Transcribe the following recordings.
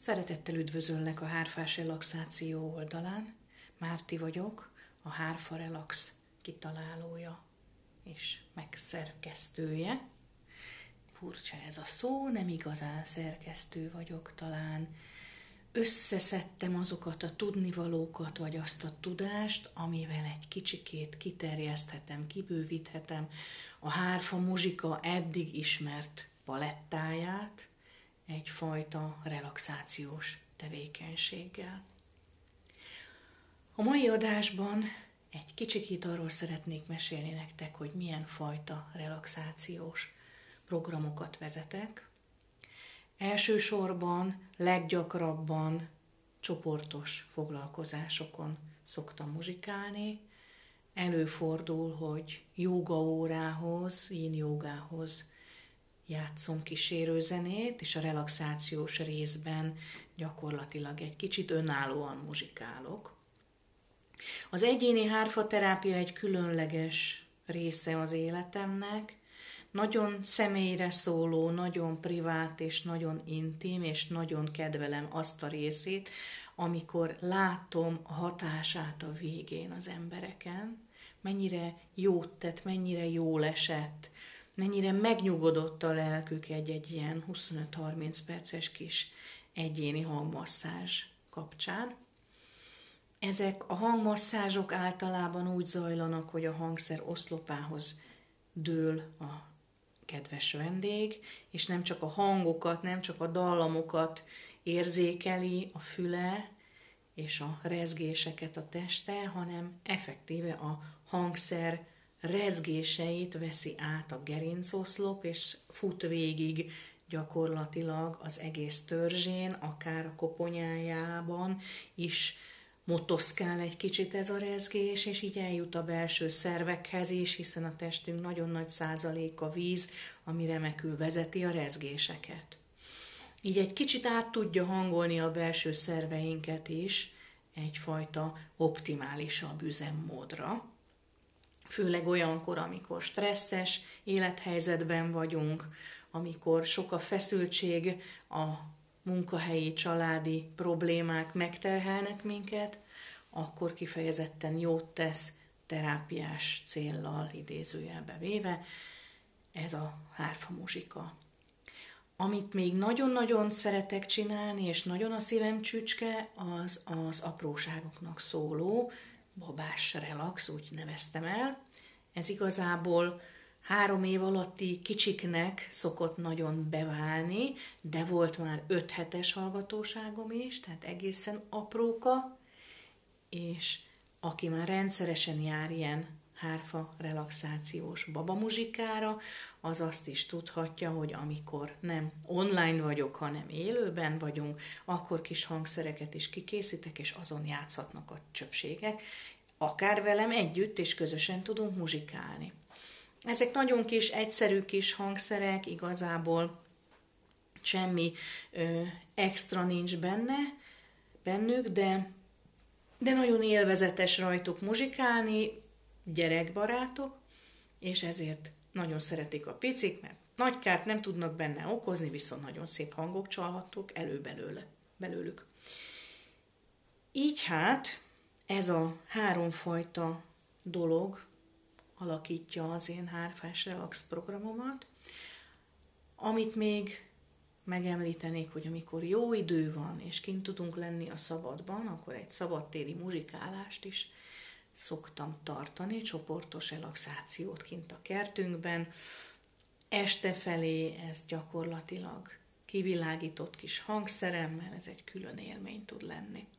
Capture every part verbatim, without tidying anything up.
Szeretettel üdvözöllek a Hárfás Relaxáció oldalán. Márti vagyok, a Hárfa Relax kitalálója és megszerkesztője. Furcsa ez a szó, nem igazán szerkesztő vagyok talán. Összeszedtem azokat a tudnivalókat, vagy azt a tudást, amivel egy kicsikét kiterjeszthetem, kibővíthetem a hárfa muzsika eddig ismert palettáját, egyfajta relaxációs tevékenységgel. A mai adásban egy kicsikét arról szeretnék mesélni nektek, hogy milyen fajta relaxációs programokat vezetek. Elsősorban, leggyakrabban csoportos foglalkozásokon szoktam muzsikálni. Előfordul, hogy jógaórához, yin-jogához játszom kísérőzenét, és a relaxációs részben gyakorlatilag egy kicsit önállóan muzsikálok. Az egyéni hárfaterápia egy különleges része az életemnek, nagyon személyre szóló, nagyon privát és nagyon intim, és nagyon kedvelem azt a részét, amikor látom a hatását a végén az embereken, mennyire jót tett, mennyire jól esett, mennyire megnyugodott a lelkük egy-egy ilyen huszonöt-harminc perces kis egyéni hangmasszázs kapcsán. Ezek a hangmasszázsok általában úgy zajlanak, hogy a hangszer oszlopához dől a kedves vendég, és nem csak a hangokat, nem csak a dallamokat érzékeli a füle és a rezgéseket a teste, hanem effektíve a hangszer rezgéseit veszi át a gerincoszlop, és fut végig gyakorlatilag az egész törzsén, akár a koponyájában is motoszkál egy kicsit ez a rezgés, és így eljut a belső szervekhez is, hiszen a testünk nagyon nagy százaléka víz, ami remekül vezeti a rezgéseket. Így egy kicsit át tudja hangolni a belső szerveinket is egyfajta optimálisabb üzemmódra. Főleg olyankor, amikor stresszes élethelyzetben vagyunk, amikor sok a feszültség, a munkahelyi, családi problémák megterhelnek minket, akkor kifejezetten jót tesz terápiás céllal, idézőjelbe véve, ez a hárfa muzsika. Amit még nagyon-nagyon szeretek csinálni, és nagyon a szívem csücske, az az apróságoknak szóló babás relax, úgy neveztem el. Ez igazából három év alatti kicsiknek szokott nagyon beválni, de volt már öt hetes hallgatóságom is, tehát egészen apróka, és aki már rendszeresen jár ilyen hárfa relaxációs babamuzsikára, az azt is tudhatja, hogy amikor nem online vagyok, hanem élőben vagyunk, akkor kis hangszereket is kikészítek, és azon játszhatnak a csöpségek, akár velem együtt, és közösen tudunk muzsikálni. Ezek nagyon kis, egyszerű kis hangszerek, igazából semmi ö, extra nincs benne, bennük, de, de nagyon élvezetes rajtuk muzsikálni, gyerekbarátok, és ezért nagyon szeretik a picik, mert nagy kárt nem tudnak benne okozni, viszont nagyon szép hangok csalhattuk elő belőle, belőlük. Így hát ez a háromfajta dolog alakítja az én hárfás relax programomat. Amit még megemlítenék, hogy amikor jó idő van, és kint tudunk lenni a szabadban, akkor egy szabadtéri muzsikálást is szoktam tartani, csoportos relaxációt kint a kertünkben. Este felé ez gyakorlatilag kivilágított kis hangszeremmel, ez egy külön élmény tud lenni.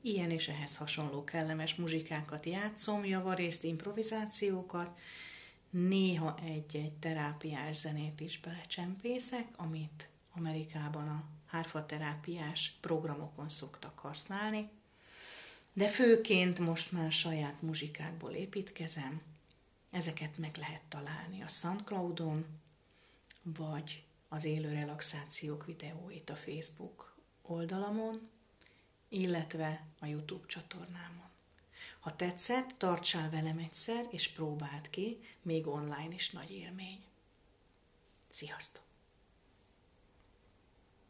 ilyen és ehhez hasonló kellemes muzsikákat játszom, javarészt improvizációkat, néha egy-egy terápiás zenét is belecsempészek, amit Amerikában a hárfaterápiás programokon szoktak használni, de főként most már saját muzsikákból építkezem. Ezeket meg lehet találni a SoundCloudon, vagy az élő relaxációk videóit a Facebook oldalamon, illetve a YouTube csatornámon. Ha tetszett, tartsál velem egyszer, és próbáld ki, még online is nagy élmény. Sziasztok!